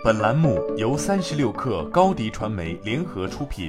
本栏目由36氪高迪传媒联合出品。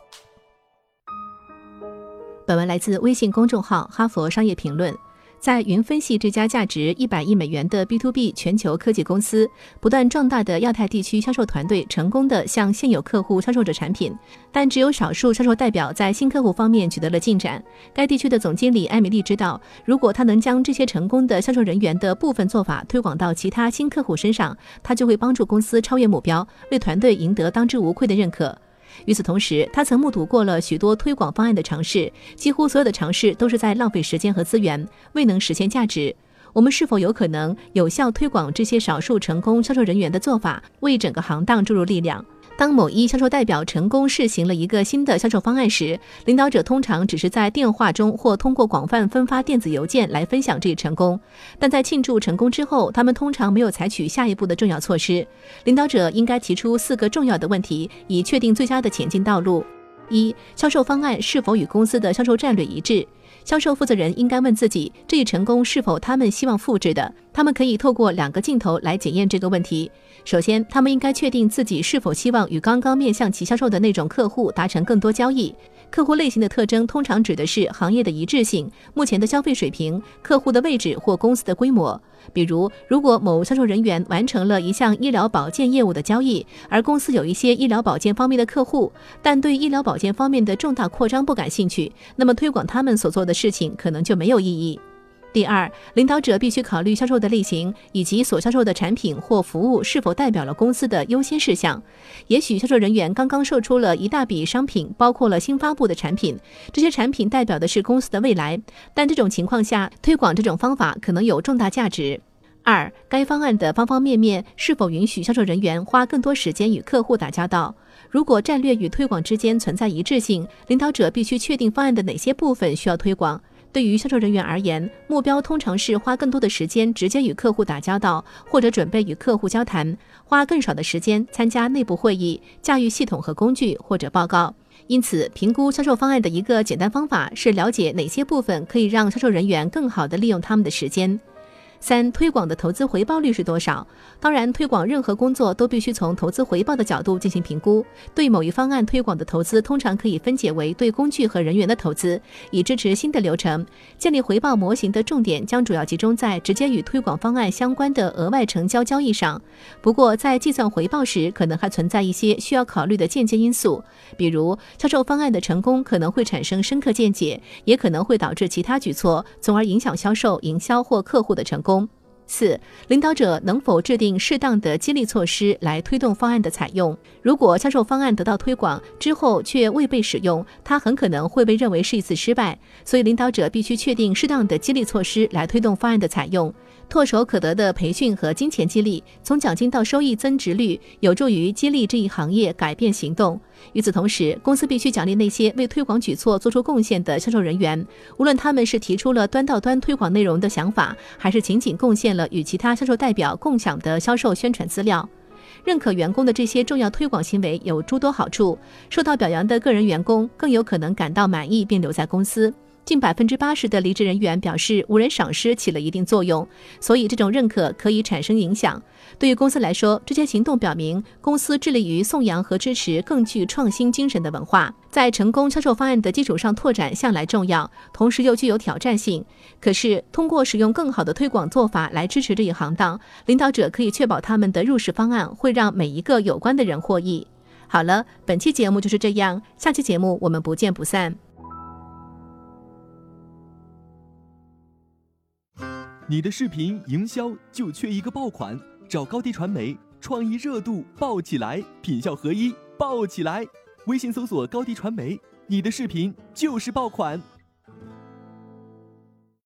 本文来自微信公众号哈佛商业评论。在云分析这家价值100亿美元的 B2B 全球科技公司，不断壮大的亚太地区销售团队成功地向现有客户销售着产品，但只有少数销售代表在新客户方面取得了进展。该地区的总经理艾米丽知道，如果他能将这些成功的销售人员的部分做法推广到其他新客户身上，他就会帮助公司超越目标，为团队赢得当之无愧的认可。与此同时，他曾目睹过了许多推广方案的尝试，几乎所有的尝试都是在浪费时间和资源，未能实现价值。我们是否有可能有效推广这些少数成功销售人员的做法，为整个行当注入力量？当某一销售代表成功试行了一个新的销售方案时，领导者通常只是在电话中或通过广泛分发电子邮件来分享这一成功，但在庆祝成功之后，他们通常没有采取下一步的重要措施。领导者应该提出4个重要的问题，以确定最佳的前进道路。1. 销售方案是否与公司的销售战略一致？销售负责人应该问自己，这一成功是否他们希望复制的？他们可以透过2个镜头来检验这个问题。首先，他们应该确定自己是否希望与刚刚面向其销售的那种客户达成更多交易。客户类型的特征通常指的是行业的一致性、目前的消费水平、客户的位置或公司的规模。比如，如果某销售人员完成了一项医疗保健业务的交易，而公司有一些医疗保健方面的客户，但对医疗保健方面的重大扩张不感兴趣，那么推广他们所做的事情可能就没有意义。第2，领导者必须考虑销售的类型以及所销售的产品或服务是否代表了公司的优先事项。也许销售人员刚刚售出了一大笔商品，包括了新发布的产品，这些产品代表的是公司的未来，但这种情况下，推广这种方法可能有重大价值。2，该方案的方方面面是否允许销售人员花更多时间与客户打交道？如果战略与推广之间存在一致性，领导者必须确定方案的哪些部分需要推广。对于销售人员而言，目标通常是花更多的时间直接与客户打交道，或者准备与客户交谈，花更少的时间参加内部会议、驾驭系统和工具或者报告。因此，评估销售方案的一个简单方法是了解哪些部分可以让销售人员更好地利用他们的时间。3. 推广的投资回报率是多少？当然，推广任何工作都必须从投资回报的角度进行评估。对某一方案推广的投资通常可以分解为对工具和人员的投资，以支持新的流程。建立回报模型的重点将主要集中在直接与推广方案相关的额外成交交易上。不过，在计算回报时，可能还存在一些需要考虑的间接因素，比如销售方案的成功可能会产生深刻见解，也可能会导致其他举措，从而影响销售、营销或客户的成功。4. 领导者能否制定适当的激励措施来推动方案的采用？如果销售方案得到推广之后却未被使用，它很可能会被认为是一次失败，所以领导者必须确定适当的激励措施来推动方案的采用。唾手可得的培训和金钱激励，从奖金到收益增值率，有助于激励这一行业改变行动。与此同时，公司必须奖励那些为推广举措做出贡献的销售人员，无论他们是提出了端到端推广内容的想法，还是仅仅贡献了与其他销售代表共享的销售宣传资料。认可员工的这些重要推广行为有诸多好处，受到表扬的个人员工更有可能感到满意并留在公司。近80%的离职人员表示无人赏识起了一定作用，所以这种认可可以产生影响。对于公司来说，这些行动表明公司致力于颂扬和支持更具创新精神的文化。在成功销售方案的基础上拓展向来重要，同时又具有挑战性。可是，通过使用更好的推广做法来支持这一行当，领导者可以确保他们的入市方案会让每一个有关的人获益。好了，本期节目就是这样，下期节目我们不见不散。 你的视频营销就缺一个爆款，找高迪传媒，创意热度爆起来，品效合一爆起来。微信搜索高迪传媒，你的视频就是爆款。